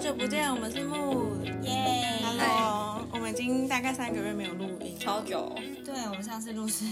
久不见，我们是木耶 Hello，我们已经大概3个月没有录音， 超久。 对，我们上次录是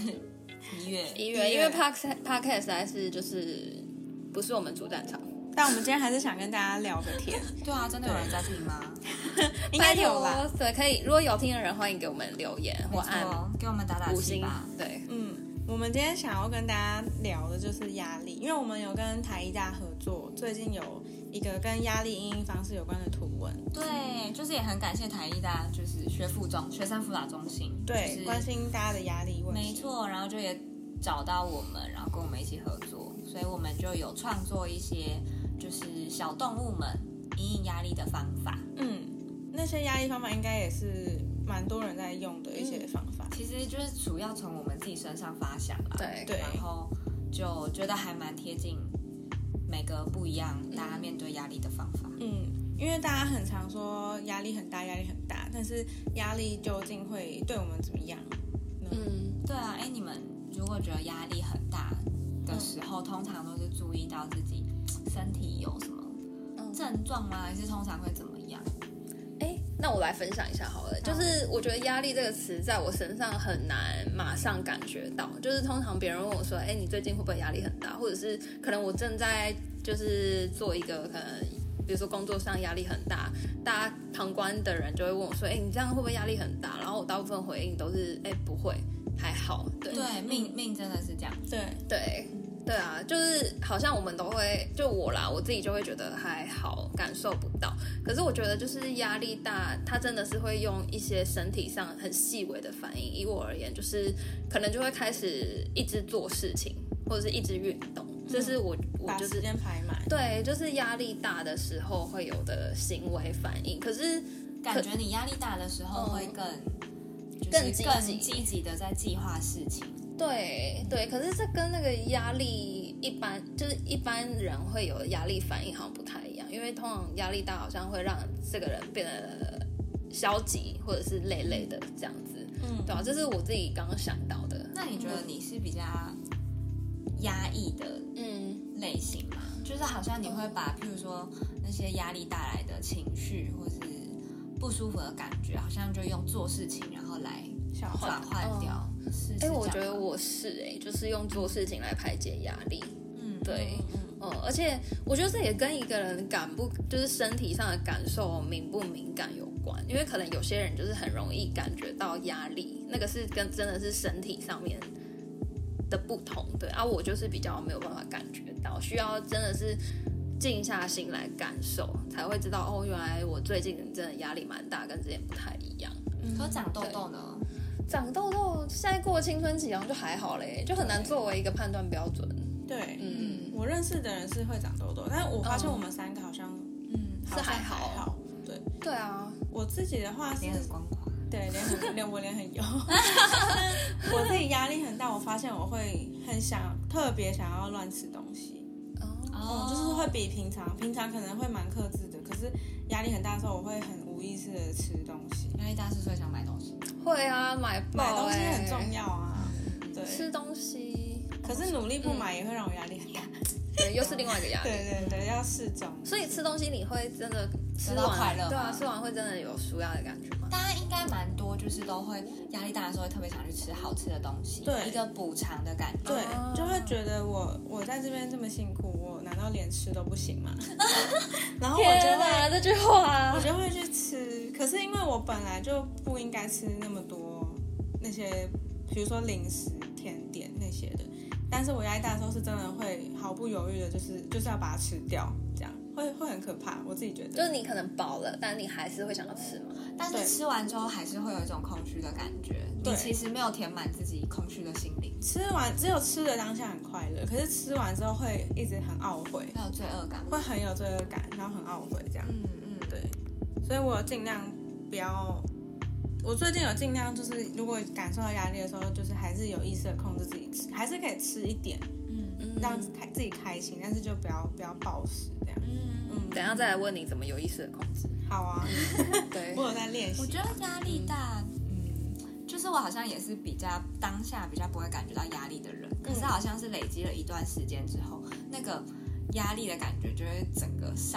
1月， 因为 podcast 实在是就是不是我们主战场， 但我们今天还是想跟大家聊个天。 对啊，真的有人在听吗？ 应该有啦。 对，可以，如果有听的人，欢迎给我们留言或按给我们打 5星气吧。 对， 我们今天想要跟大家聊的就是压力，因为我们有跟台艺大合作，最近有一个跟压力因应方式有关的图文。 对，就是也很感谢台艺大，就是学生辅导中心， 对， 就是关心大家的压力问题。 没错，然后就也找到我们，然后跟我们一起合作，所以我们就有创作一些就是小动物们因应压力的方法。 那些压力方法应该也是蛮多人在用的一些方法。 其实就是主要从我们自己身上发想啦， 对然后就觉得还蛮贴近每个不一样大家面对压力的方法。 因为大家很常说压力很大，压力很大，但是压力究竟会对我们怎么样呢？ 对啊，你们如果觉得压力很大的时候，通常都是注意到自己身体有什么症状吗？还是通常会怎么样？ 那我来分享一下好了，就是我觉得压力这个词在我身上很难马上感觉到，就是通常别人问我说，你最近会不会压力很大，或者是可能我正在就是做一个可能比如说工作上压力很大，大家旁观的人就会问我说，你这样会不会压力很大？然后我大部分回应都是，不会，还好。对， 命真的是这样。 对啊，就是好像我们都会，就我啦，我自己就会觉得还好，感受不到。可是我觉得就是压力大，它真的是会用一些身体上很细微的反应。以我而言，就是可能就会开始一直做事情，或者是一直运动。这是我就是把时间排满。 对，就是压力大的时候会有的行为反应。可是感觉你压力大的时候会更积极的在计划事情。 对，可是这跟那个压力一般人会有的压力反应好像不太一样，因为通常压力大好像会让这个人变得消极或者是累的这样子，对啊，这是我自己刚刚想到的。 那你觉得你是比较压抑的类型吗？就是好像你会把譬如说那些压力带来的情绪或是不舒服的感觉，好像就用做事情然后来转换掉。 我觉得我是就是用做事情来排解压力。对，而且我觉得这也跟一个人就是身体上的感受敏不敏感有关，因为可能有些人就是很容易感觉到压力，那个是真的是身体上面的不同。对啊，我就是比较没有办法感觉到，需要真的是静下心来感受，才会知道原来我最近真的压力蛮大，跟之前不太一样。 可长痘痘呢？ 长痘痘现在过青春期好像就还好嘞，就很难作为一个判断标准。 对，我认识的人是会长痘痘，但是我发现我们3个好像是还好。对啊， 我自己的话是脸很光滑， 对，我脸很油。我自己压力很大，我发现我会特别想要乱吃东西。就是会比平常可能会蛮克制的，可是压力很大的时候，我会很无意识的吃东西。 压力大是会想买东西？ 会啊，买东西很重要啊。对， 吃东西， 可是努力不买也会让我压力很大。 对，又是另外一个压力。 对，要适中。 所以吃东西你会真的吃到快乐吗？ 对啊，吃完会真的有舒压的感觉吗？ 大家应该蛮多，就是都会压力大的时候会特别想去吃好吃的东西， 对， 一个补偿的感觉。 对，就会觉得我在这边这么辛苦，我难道连吃都不行吗？然后这句话， 我就会去吃。可是因为我本来就不应该吃那么多那些，比如说零食、甜点那些的。但是我压力大的时候是真的会毫不犹豫的，就是要把它吃掉，这样会很可怕。我自己觉得， 就是你可能饱了，但你还是会想要吃嘛。 但是吃完之后还是会有一种空虚的感觉，你其实没有填满自己空虚的心灵。 吃完只有吃的当下很快乐，可是吃完之后会一直很懊悔， 会有罪恶感， 会很有罪恶感，然后很懊悔这样。对，所以我尽量不要。我最近有尽量，就是如果感受到压力的时候，就是还是有意识的控制自己吃，还是可以吃一点，让自己开心，但是就不要暴食这样。 等一下再来问你怎么有意识的控制。 好啊， 对， 我有在练习。 我觉得压力大，就是我好像也是比较当下比较不会感觉到压力的人，可是好像是累积了一段时间之后，那个压力的感觉就会整个上来。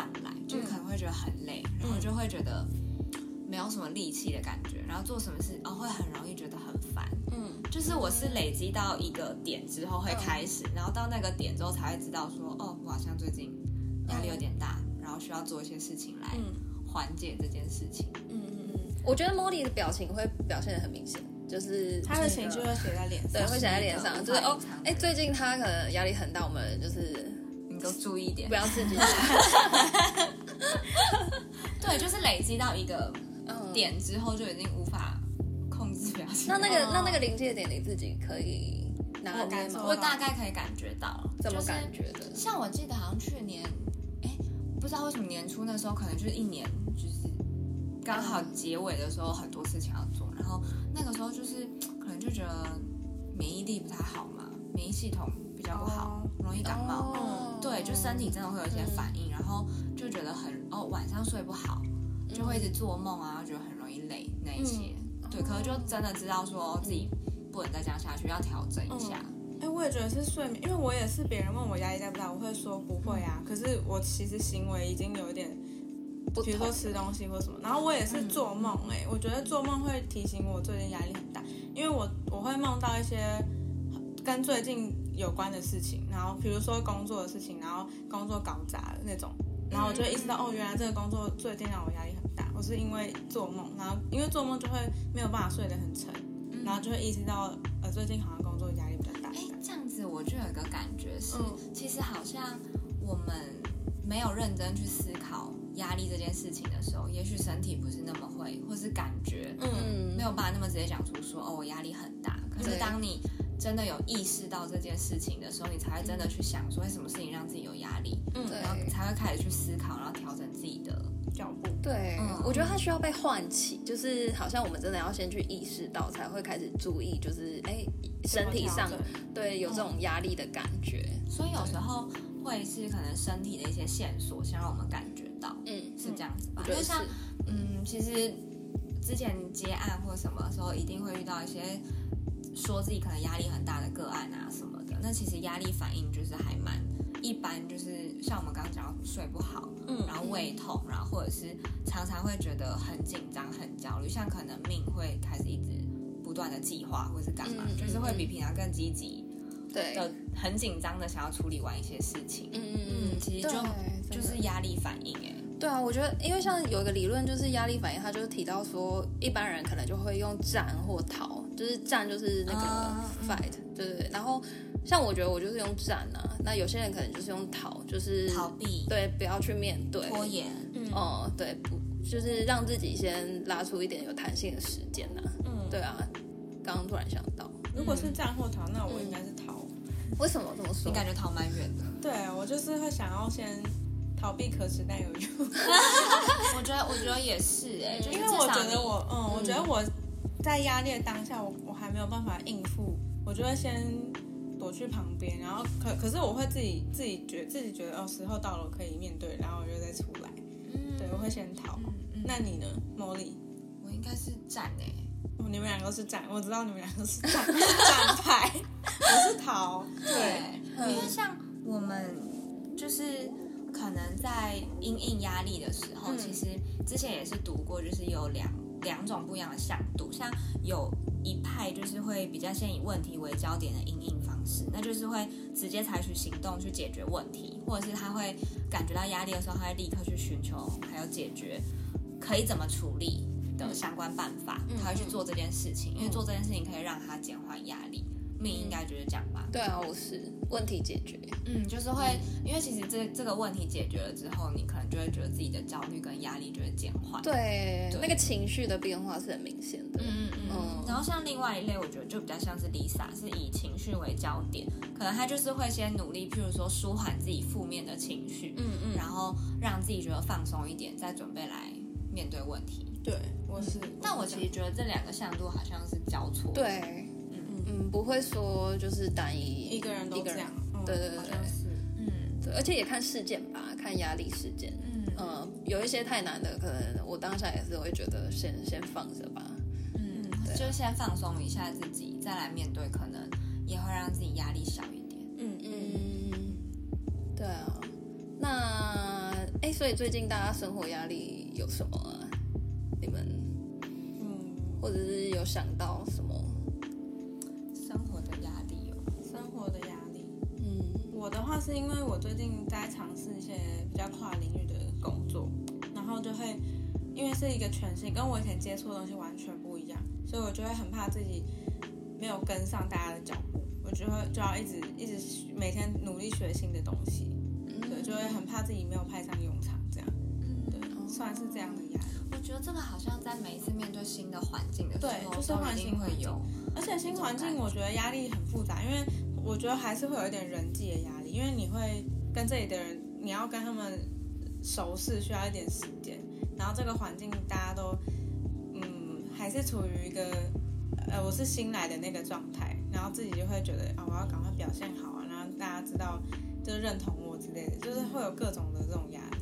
就是可能会觉得很累，然后就会觉得没有什么力气的感觉，然后做什么事会很容易觉得很烦。就是我是累积到一个点之后会开始，然后到那个点之后才会知道说，我好像最近压力有点大，然后需要做一些事情来缓解这件事情。 我觉得 Molly 的表情会表现得很明显，就是他的情绪会写在脸上， 对，会写在脸上，就是最近他可能压力很大，我们就是你都注意一点， 不要刺激他。 对，就是累积到一个点之后，就已经无法控制表情。 那个临界点，你自己可以拿捏吗？ 我大概可以感觉到， 怎么感觉的？ 像我记得好像去年，不知道为什么年初那时候，可能就是一年，就是刚好结尾的时候，很多事情要做，然后那个时候就是可能就觉得免疫力不太好嘛，免疫系统比较不好，容易感冒。对，就身体真的会有一些反应，然后就觉得晚上睡不好，就会一直做梦啊，觉得很容易累那一些。对，可能就真的知道说自己不能再这样下去，要调整一下。 我也觉得是睡眠，因为我也是别人问我压力大不大，我会说不会啊。可是我其实行为已经有一点，比如说吃东西或什么，然后我也是做梦。我觉得做梦会提醒我最近压力很大，因为我会梦到一些跟最近有关的事情，然后比如说工作的事情，然后工作搞砸了那种，然后我就会意识到原来这个工作最近让我压力很大，我是因为做梦，然后因为做梦就会没有办法睡得很沉，然后就会意识到最近好像工作压力比较大。 这样子我就有一个感觉是，其实好像我们没有认真去思考压力这件事情的时候，也许身体不是那么会，或是感觉没有办法那么直接讲出说我压力很大。可是当你真的有意识到这件事情的时候，你才会真的去想说什么事情让自己有压力，然后才会开始去思考，然后调整自己的脚步。 对，我觉得它需要被唤起，就是好像我们真的要先去意识到，才会开始注意，就是身体上对有这种压力的感觉。 所以有时候会是可能身体的一些线索，先让我们感觉到，是这样子吧？就像其实之前接案或什么的时候，一定会遇到一些说自己可能压力很大的个案啊什么的。那其实压力反应就是还蛮一般，就是像我们刚刚讲睡不好，然后胃痛，然后或者是常常会觉得很紧张、很焦虑，像可能命会开始一直不断的计划或是干嘛，就是会比平常更积极，的很紧张的想要处理完一些事情。其实就是压力反应。 对啊，我觉得因为像有一个理论就是压力反应，他就提到说一般人可能就会用战或逃，就是战就是那个 fight，对，然后像我觉得我就是用战啊，那有些人可能就是用逃，就是逃避， 对，不要去面对， 拖延， 对，不就是让自己先拉出一点有弹性的时间啊。对啊，刚刚突然想到， 如果是战或逃，那我应该是逃。 为什么这么说？ 你感觉逃蛮远的。 对，我就是会想要先逃避可耻但有用。 我觉得也是就是因为我觉得我觉得我在压力的当下，我还没有办法应付，我就会先躲去旁边，然后可是我会自己觉得时候到了可以面对，然后我就再出来。对，我会先逃。那你呢，Molly？ 我应该是战你们两个是战，我知道你们两个是战派，我是逃。 对，因为像我们就是可能在因应压力的时候，其实之前也是读过，就是有两种不一样的向度，像有一派就是会比较先以问题为焦点的因应方式，那就是会直接采取行动去解决问题，或者是他会感觉到压力的时候，他会立刻去寻求还有解决可以怎么处理的相关办法，他会去做这件事情，因为做这件事情可以让他减缓压力。命应该就是这样吧？ 对啊，我是问题解决。 就是会，因为其实这个问题解决了之后，你可能就会觉得自己的焦虑跟压力就会减缓。 对，那个情绪的变化是很明显的。 然后像另外一类，我觉得就比较像是 Lisa， 是以情绪为焦点，可能他就是会先努力，譬如说舒缓自己负面的情绪，然后让自己觉得放松一点，再准备来面对问题。 对，我是。 但我其实觉得这两个向度好像是交错的。 对。不会说就是单一一个人都这样， 对， 好像是， 对，而且也看事件吧，看压力事件，有一些太难的，可能我当下也是会觉得先放着吧， 就先放松一下自己，再来面对，可能也会让自己压力小一点， 对啊，那所以最近大家生活压力有什么啊？你们或者是有想到什么生活的压力生活的压力，我的话是因为我最近在尝试一些比较跨领域的工作，然后就会因为是一个全新，跟我以前接触的东西完全不一样，所以我就会很怕自己没有跟上大家的脚步，我就要一直每天努力学新的东西，对，就会很怕自己没有派上用场，这样，对，算是这样的压力。 我觉得这个好像在每一次面对新的环境的时候， 对，就是换新环境，而且新环境我觉得压力很复杂，因为我觉得还是会有一点人际的压力，因为你会跟这里的人，你要跟他们熟识需要一点时间，然后这个环境大家都还是处于一个我是新来的那个状态，然后自己就会觉得我要赶快表现好啊，然后大家知道就是认同我之类的，就是会有各种的这种压力。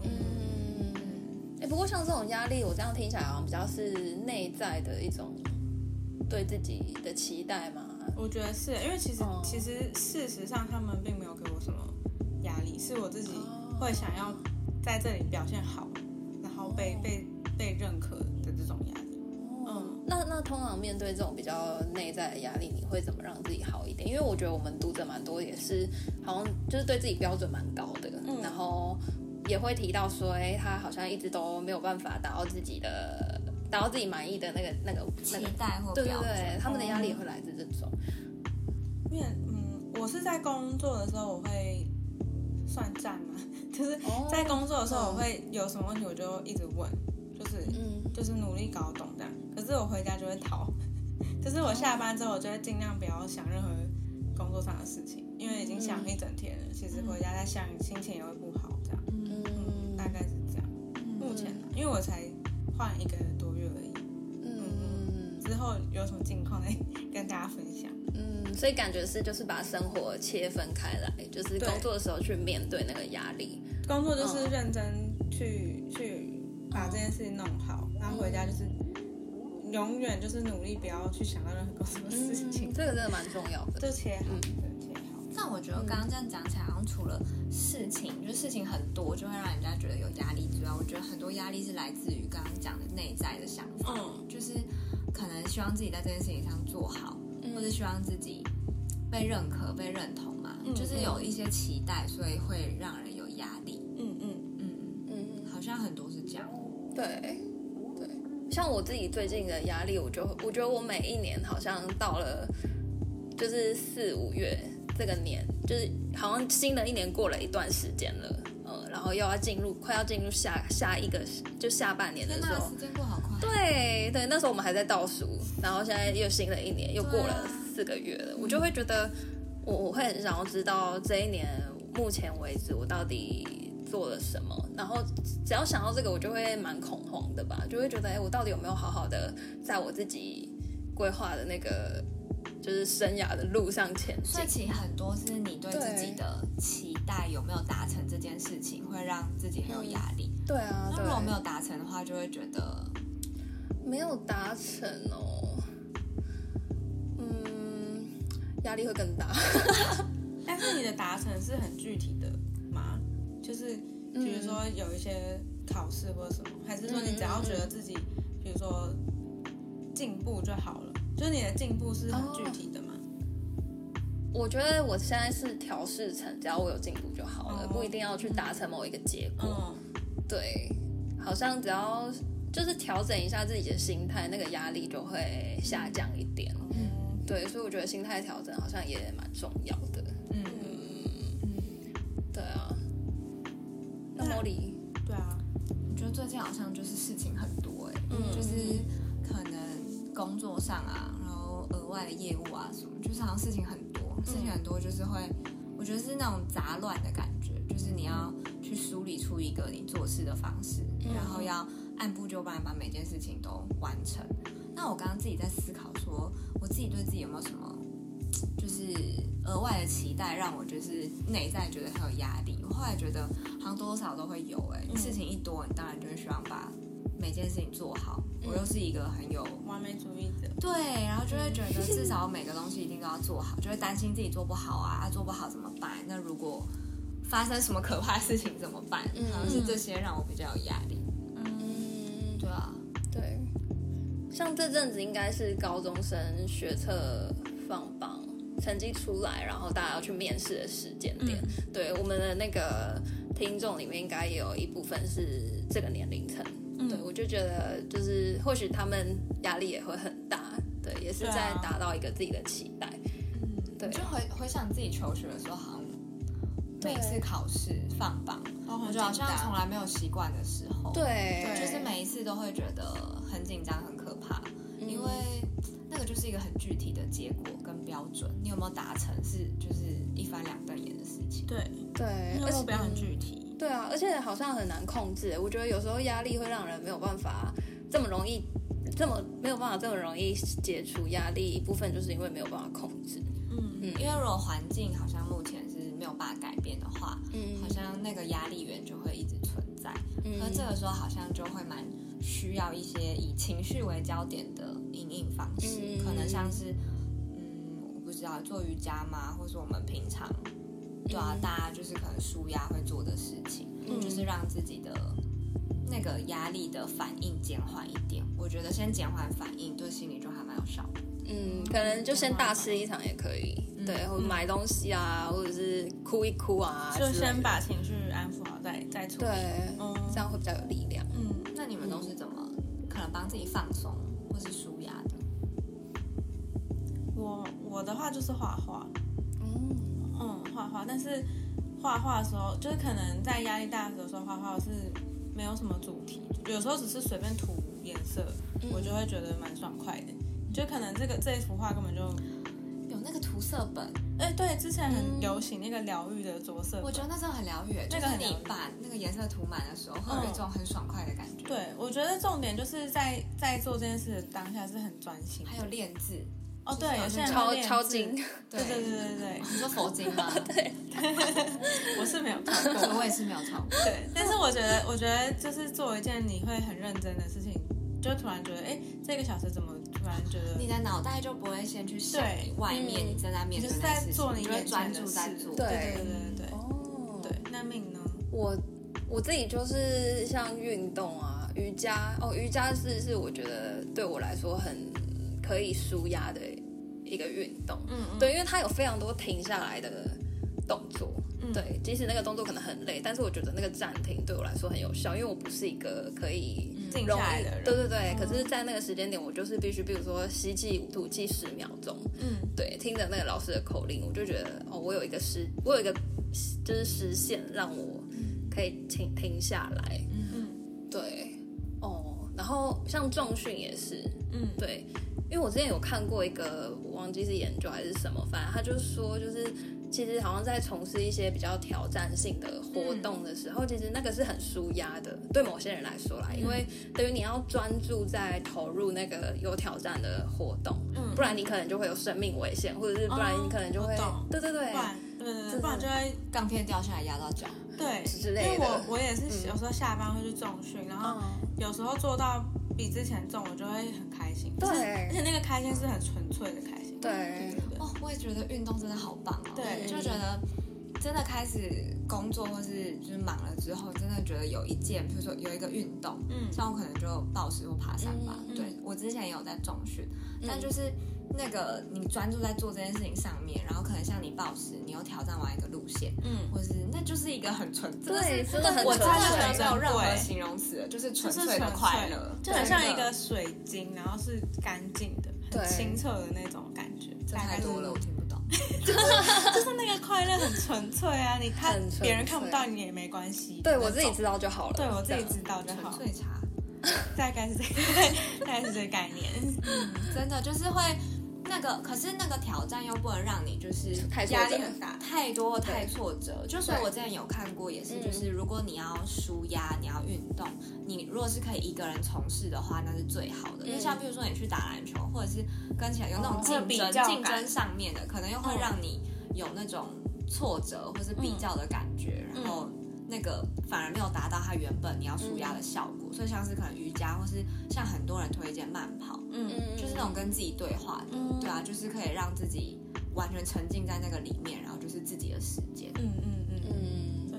不过像这种压力，我这样听起来好像比较是内在的一种对自己的期待嘛。 我觉得是，因为其实事实上他们并没有给我什么压力，是我自己会想要在这里表现好，然后被认可的这种压力。 那通常面对这种比较内在的压力，你会怎么让自己好一点？因为我觉得我们读者蛮多也是好像就是对自己标准蛮高的，然后也会提到说，他好像一直都没有办法达到自己满意的那个期待或标准， 对，他们的压力也会来自这种。 因为我是在工作的时候，我会算账嘛，就是在工作的时候，我会有什么问题我就一直问，就是努力搞懂这样。可是我回家就会逃，就是我下班之后，我就会尽量不要想任何工作上的事情，因为已经想一整天了，其实回家再想，心情也会不好这样。大概是这样。目前因为我才换1个多月而已。之后有什么近况来跟大家分享。 所以感觉是就是把生活切分开来，就是工作的时候去面对那个压力， 工作就是认真去把这件事情弄好，然后回家就是永远就是努力不要去想到任何工作的事情。 这个真的蛮重要的， 就切好。 但我觉得刚刚这样讲起来，好像除了事情，就是事情很多就会让人家觉得有压力之外，我觉得很多压力是来自于刚刚讲的内在的想法，就是可能希望自己在这件事情上做好，或者希望自己被认可、被认同嘛，就是有一些期待，所以会让人有压力。好像很多是这样。 对。像我自己最近的压力，我觉得我每一年好像到了就是4、5月这个年，就是好像新的一年过了一段时间了，然后快要进入下一个就下半年的时候， 时间过好快。 对，那时候我们还在倒数，然后现在又新的一年又过了4个月了，我就会觉得我会很想要知道这一年目前为止我到底做了什么，然后只要想到这个，我就会蛮恐慌的吧，就会觉得我到底有没有好好的在我自己规划的那个就是生涯的路上前进。 所以其实很多是你对自己的期待有没有达成这件事情，会让自己很有压力。 对啊， 那如果没有达成的话，就会觉得没有达成压力会更大。 但是你的达成是很具体的吗？就是比如说有一些考试或者什么，还是说你只要觉得自己比如说进步就好了，就是你的进步是很具体的吗？ 我觉得我现在是调试成只要我有进步就好了，不一定要去达成某一个结果。对，好像只要就是调整一下自己的心态，那个压力就会下降一点。对，所以我觉得心态调整好像也蛮重要的。对啊。那茉莉， 对啊， 我觉得最近好像就是事情很多就是可能工作上啊，然后额外的业务啊什么，就是好像事情很多，就是会，我觉得是那种杂乱的感觉，就是你要去梳理出一个你做事的方式，然后要按部就班把每件事情都完成。那我刚刚自己在思考说，我自己对自己有没有什么就是额外的期待，让我就是内在觉得很有压力。我后来觉得好像多多少少都会有事情一多，你当然就会希望把每件事情做好。我又是一个很有完美主义者， 对，然后就会觉得至少每个东西一定都要做好，就会担心自己做不好啊，做不好怎么办？那如果发生什么可怕的事情怎么办？好像是这些让我比较有压力。对啊， 对，像这阵子应该是高中生学测放榜，成绩出来，然后大家要去面试的时间点。对，我们的那个听众里面应该也有一部分是这个年龄层。对，我就觉得就是或许他们压力也会很大，对，也是在达到一个自己的期待。对， 就回想自己求学的时候，好像每次考试放榜，我就好像从来没有习惯的时候， 对， 就是每一次都会觉得很紧张、很可怕，因为那个就是一个很具体的结果跟标准，你有没有达成就是一翻两瞪眼的事情。 对， 而且目标很具体。 对啊，而且好像很难控制。我觉得有时候压力会让人没有办法这么容易解除压力，一部分就是因为没有办法控制。 因为如果环境好像目前是没有办法改变的话，好像那个压力源就会一直存在。而这个时候好像就会蛮需要一些以情绪为焦点的因应方式，可能像是我不知道做瑜伽嘛，或是我们平常大家就是可能抒压会做的事情，就是让自己的那个压力的反应减缓一点。我觉得先减缓反应对心理就还蛮有效的。 可能就先大吃一场也可以，对，或者买东西啊，或者是哭一哭啊， 就先把情绪安抚好，再处理。 对，这样会比较有力量。 那你们都是怎么可能帮自己放松或是抒压的？ 我的话就是画画，画画，但是画画的时候，就是可能在压力大的时候画画是没有什么主题，有时候只是随便涂颜色，我就会觉得蛮爽快的。就可能这一幅画根本就有那个涂色本， 对，之前很流行那个疗愈的着色本， 我觉得那真的很疗愈， 那个很就是你把那个颜色涂满的时候，会有一种很爽快的感觉。 对，我觉得重点就是在做这件事的当下是很专心， 还有练字。 对，有些人抄经， 对，你说佛经吗？ 对， 我是没有抄过， 我也是没有抄过。 对，但是我觉得就是做一件你会很认真的事情，就突然觉得，这个小时怎么突然觉得你的脑袋就不会先去想你外面你正在面对的事情， 就是在做你就会专注在做。 对。对，那命呢？ 我自己就是像运动啊，瑜伽是我觉得对我来说很可以抒压的一个运动。对，因为它有非常多停下来的动作。对，即使那个动作可能很累，但是我觉得那个暂停对我来说很有效，因为我不是一个可以静下来的人。 对，可是在那个时间点，我就是必须，比如说吸气吐气10秒钟。对，听着那个老师的口令，我就觉得我有一个就是时限让我可以停下来。对，然后像重训也是，对，因为我之前有看过一个，我忘记是研究还是什么，反正他就说，就是其实好像在从事一些比较挑战性的活动的时候，其实那个是很抒压的，对某些人来说啦，因为等于你要专注在投入那个有挑战的活动，不然你可能就会有生命危险，或者是不然你可能就会，对， 不然就会钢片掉下来压到脚， 对之类的。 因为我也是有时候下班会去重训，然后有时候做到比之前重，我就会很开心。 对， 而且那个开心是很纯粹的开心。 对， 我也觉得运动真的好棒哦。 对， 就觉得真的开始工作或是就是忙了之后，真的觉得有一件，比如说有一个运动，像我可能就暴食或爬山吧。对，我之前也有在重训，但就是那个你专注在做这件事情上面，然后可能像你暴食，你又挑战完一个路线，或是那就是一个很纯， 对，真的很我纯粹， 没有任何形容词了，就是纯粹的快乐， 就很像一个水晶，然后是干净的、很清澈的那种感觉。 这太多了，我听不懂。 就是那个快乐很纯粹啊，你看别人看不到你也没关系。 对，我自己知道就好了。 对，我自己知道就好。 纯粹茶， 大概是这个概念。 真的就是会。可是那个挑战又不能让你就是压力很大， 太多太挫折。就所以我之前有看过，也是就是如果你要抒压，你要运动，你如果是可以一个人从事的话，那是最好的。因为像比如说你去打篮球，或者是跟起来有那种竞争上面的，可能又会让你有那种挫折或是比较的感觉，然后那个反而没有达到它原本你要抒压的效果。所以像是可能瑜伽，或是像很多人推荐慢跑，就是那种跟自己对话的，对啊，就是可以让自己完全沉浸在那个里面，然后就是自己的时间。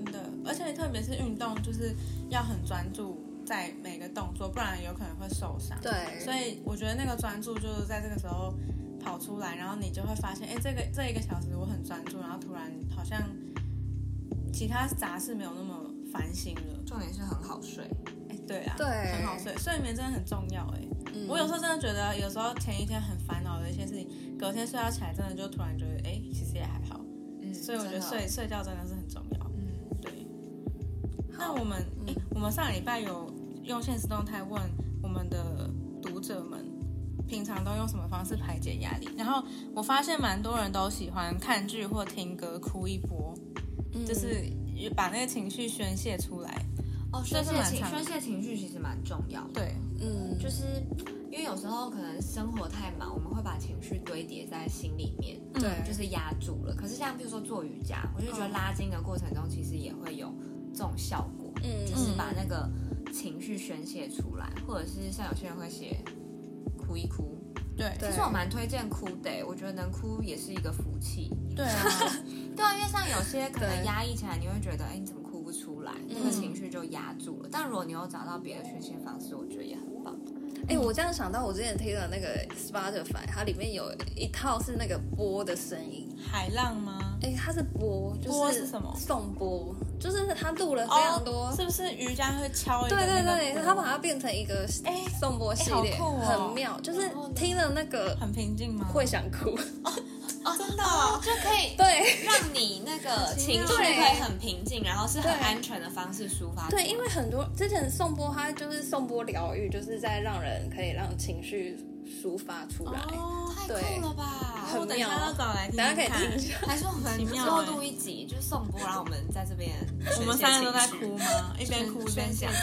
别是运动，就是要很专注在每个动作，不然有可能会受伤。 对， 所以我觉得那个专注就是在这个时候跑出来，然后你就会发现，这1个小时我很专注，然后突然好像其他杂事没有那么烦心了。 重点是很好睡。 对啊， 对， 很好睡，睡眠真的很重要我有时候真的觉得，有时候前一天很烦恼的一些事情，隔天睡觉起来真的就突然觉得，其实也还好。所以我觉得睡觉真的是很重要。对。那我们上个礼拜有用现实动态问我们的读者们，平常都用什么方式排解压力？然后我发现蛮多人都喜欢看剧或听歌哭一波，就是把那个情绪宣泄出来。 宣泄情绪其实蛮重要的。 对， 就是因为有时候可能生活太忙，我们会把情绪堆叠在心里面， 对， 就是压住了。可是像比如说做瑜伽，我就觉得拉筋的过程中，其实也会有这种效果，就是把那个情绪宣泄出来，或者是像有些人会写哭一哭。 对， 其实我蛮推荐哭的，我觉得能哭也是一个福气。 对啊， 对啊，因为像有些可能压抑起来，你会觉得，你怎么哭不出来，那个情绪就压住了。但如果你有找到别的宣泄方式，我觉得也很棒。 我这样想到，我之前听了那个 Spotify， 它里面有一套是那个波的声音， 海浪吗？ 它是波，就是波是什么？ 颂钵，就是他录了非常多， 是不是瑜伽会敲一个？ 对，他把它变成一个颂钵系列， 好酷很妙，就是听了那个很平静吗？ 会想哭。 真的就可以让你那个情绪可以很平静，然后是很安全的方式抒发。 对，因为很多之前颂钵，它就是颂钵疗愈，就是在让人可以让情绪抒发出来。 太酷了吧！ 很妙， 大家可以听一下。 还是我们之后录一集，就是颂钵，然后我们在这边， 我们3个都在哭吗？一边哭一边讲。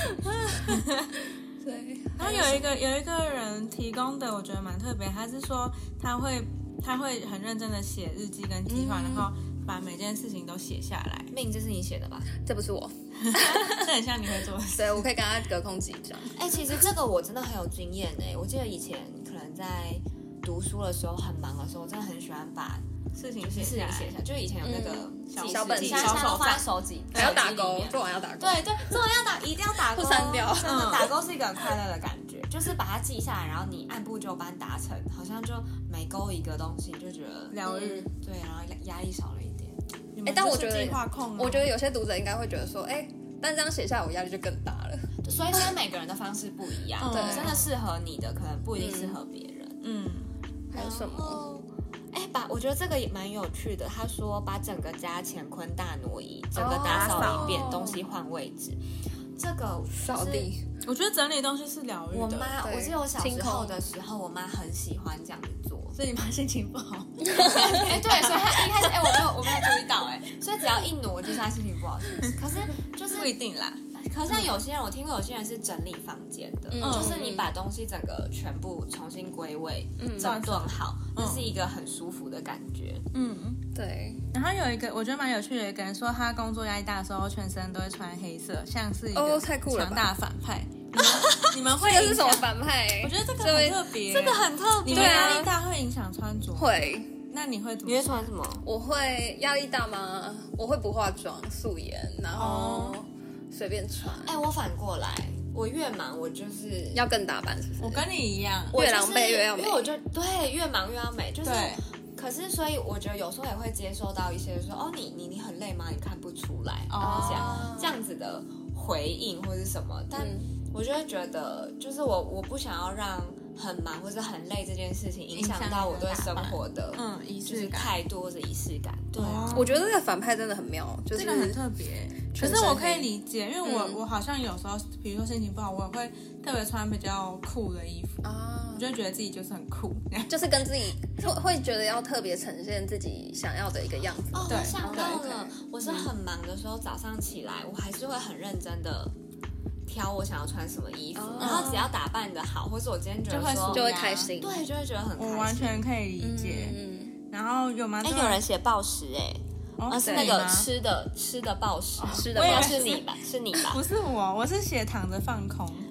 对。 然后有一个人提供的，我觉得蛮特别，他是说他会很认真的写日记跟计划，然后把每件事情都写下来。 命，这是你写的吧？ 这不是我， 这很像你会做的事。 对，我可以跟他隔空几张。 其实这个我真的很有经验我记得以前可能在读书的时候很忙的时候，我真的很喜欢把事情写下来， 就是以前有那个小本现在都放在手机， 还要打勾，做完要打勾。 对，做完一定要打勾， 不删掉。 真的打勾是一个很快乐的感觉，就是把它记下来，然后你按部就班达成，好像就每勾一个东西就觉得疗愈。 对，然后压力少了一点。 但我觉得计划控， 我觉得有些读者应该会觉得说，但这样写下来我压力就更大了。 所以每个人的方式不一样，对，真的适合你的可能不一定适合别人。 还有什么？ 我觉得这个也蛮有趣的。他说把整个家乾坤大挪移，整个打扫一遍，东西换位置。这个扫地， 我觉得整理东西是疗愈的。 我记得我小时候的时候，我妈很喜欢这样子做， 所以你妈心情不好。 对，所以她一开始我没有注意到所以只要一挪就是她心情不好。可是就是不一定啦。 可像有些人，我听过有些人是整理房间的，就是你把东西整个全部重新归位，整顿好，那是一个很舒服的感觉。 对。 然后有一个我觉得蛮有趣的，一个人说他工作压力大的时候，全身都会穿黑色，像是一个强大反派。你们会？ 这个是什么反派？ 我觉得这个很特别， 这个很特别。 你们压力大会影响穿着？ 会。 那你会怎么？ 你会穿什么？ 我会压力大吗？我会不化妆，素颜，然后随便穿。 我反过来，我越忙我就是要更打扮，是不是？ 我跟你一样， 越狼狈越要美。 因为我就对越忙越要美，就是。可是，所以我觉得有时候也会接收到一些说，你很累吗？你看不出来，这样子的回应或者是什么。但我就会觉得，就是我不想要让很忙或者很累这件事情影响到我对生活的就是态度或者仪式感。对啊， 我觉得这个反派真的很妙，就是这个很特别。可是我可以理解，因为我好像有时候，比如说心情不好，我也会特别穿比较酷的衣服啊，我就觉得自己就是很酷， 就是跟自己会觉得要特别呈现自己想要的一个样子。 我想到了，我是很忙的时候，早上起来我还是会很认真的挑我想要穿什么衣服，然后只要打扮的好，或者我今天觉得说就会开心， 对，就会觉得很开心。 我完全可以理解。然后有人写暴食是那个吃的暴食， 吃的暴食是你吧？ 不是我是写躺着放空。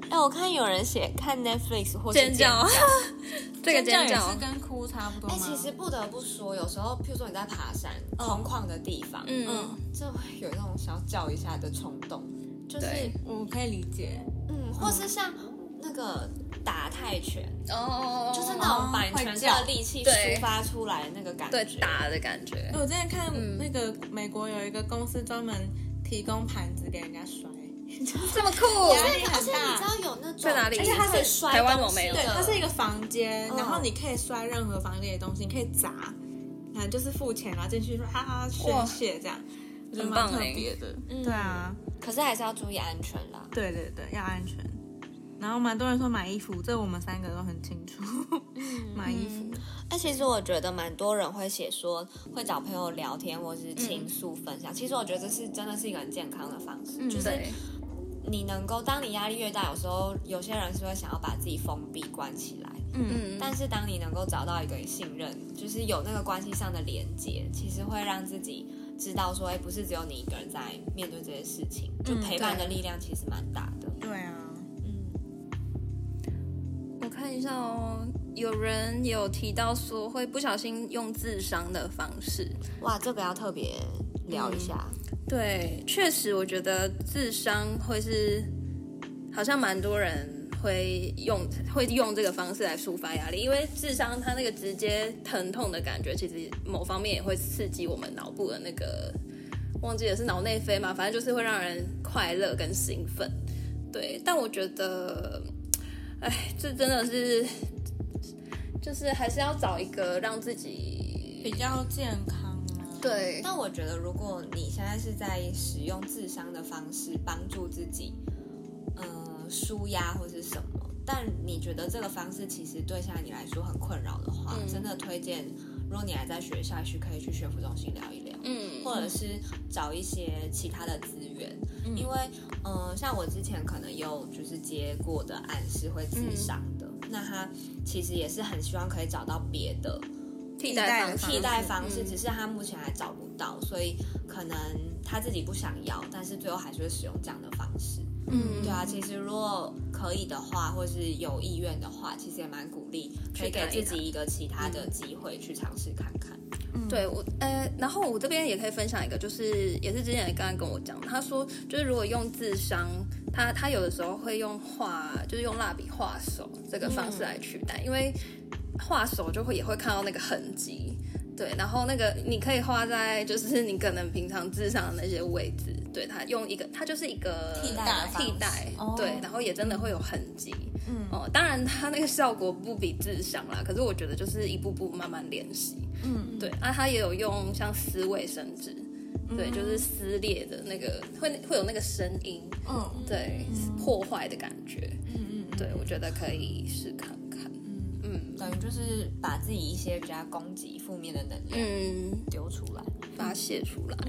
我看有人写看 Netflix 或是尖叫，这个尖叫也是跟哭差不多吗？ 其实不得不说，有时候譬如说你在爬山、空旷的地方，就会有那种想要叫一下的冲动，就是我可以理解， 或是像那个打泰拳，就是那种把全身的的力气抒发出来的那个感觉， 对，打的感觉。 我之前看那个美国有一个公司专门提供盘子给人家摔， 这么酷， 压力很大。 而且你知道有那种在哪里？ 而且它是摔台湾我没有。 对，它是一个房间，然后你可以摔任何房间的东西，你可以砸，就是付钱然后进去宣泄这样，我觉得蛮特别的。对啊， 可是还是要注意安全啦。 对对对，要安全。然后蛮多人说买衣服，这我们3个都很清楚。买衣服， 其实我觉得蛮多人会写说会找朋友聊天或是倾诉分享。其实我觉得这是真的是一个很健康的方式，就是你能够当你压力越大，有时候有些人是会想要把自己封闭关起来。但是当你能够找到一个信任，就是有那个关系上的连接，其实会让自己知道说，不是只有你一个人在面对这些事情，就陪伴的力量其实蛮大的。 对啊。 我看一下哦，有人有提到说会不小心用自伤的方式。 哇，这个要特别聊一下。 对，确实我觉得自伤会是好像蛮多人会用这个方式来抒发压力，因为自伤它那个直接疼痛的感觉，其实某方面也会刺激我们脑部的那个忘记了是脑内啡嘛，反正就是会让人快乐跟兴奋。对，但我觉得这真的是就是还是要找一个让自己比较健康嘛。 对， 但我觉得如果你现在是在使用自伤的方式帮助自己舒压或是什么，但你觉得这个方式其实对现在你来说很困扰的话，真的推荐如果你还在学校可以去学辅中心聊一聊，或者是找一些其他的资源，因为像我之前可能有就是接过的案是会自伤的，那他其实也是很希望可以找到别的替代方式，只是他目前还找不到，所以可能他自己不想要，但是最后还是会使用这样的方式。对啊，其实如果可以的话，或是有意愿的话，其实也蛮鼓励，可以给自己一个其他的机会去尝试看看。 对我，然后我这边也可以分享一个，就是也是之前刚刚跟我讲，他说就是如果用自伤，他有的时候会用就是用蜡笔画手这个方式来取代，因为画手也会看到那个痕迹。对，然后那个你可以画在就是你可能平常自伤的那些位置，对，它就是一个替代，对，然后也真的会有痕迹，当然它那个效果不比自伤啦，可是我觉得就是一步步慢慢练习，对，它也有用像撕卫生纸，对，就是撕裂的那个会有那个声音，对，破坏的感觉，对，我觉得可以试看看。 等于就是把自己一些比较攻击负面的能量丢出来， 发泄出来。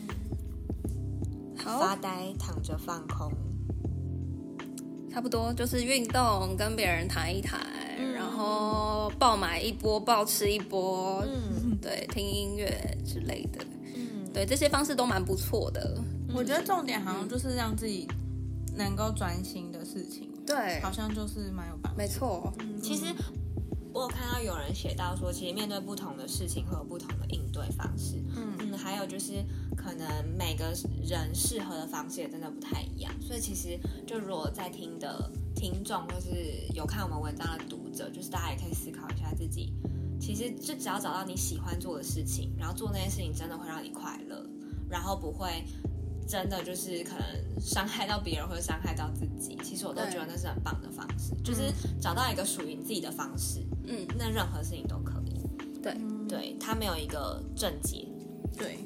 好， 发呆躺着放空， 差不多就是运动，跟别人谈一谈，然后爆买一波，爆吃一波，对，听音乐之类的，对，这些方式都蛮不错的。 我觉得重点好像就是让自己能够专心的事情， 对， 好像就是蛮有帮助。 没错， 其实我有看到有人写到说，其实面对不同的事情会有不同的应对方式。还有就是可能每个人适合的方式也真的不太一样，所以其实就如果在听的听众或是有看我们文章的读者，就是大家也可以思考一下自己，其实就只要找到你喜欢做的事情，然后做那件事情真的会让你快乐，然后不会真的就是可能伤害到别人或者伤害到自己，其实我都觉得那是很棒的方式，就是找到一个属于你自己的方式，那任何事情都可以。对，它没有一个正解。 对，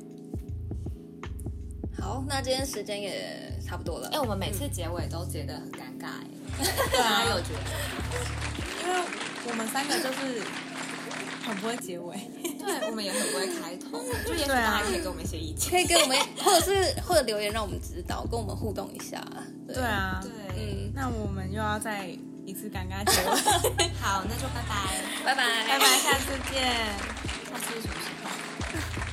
好，那今天时间也差不多了。 我们每次结尾都觉得很尴尬， 对啊， 有觉得， 因为我们3个就是很不会结尾， 对，我们也很不会开头，就也许大家可以给我们一些意见， 可以跟我们或者留言让我们知道，跟我们互动一下。 对啊， 对， 那我们又要再一次尴尬结尾。 好，那就拜拜， 拜拜， 拜拜，下次见。 下次是什么时候？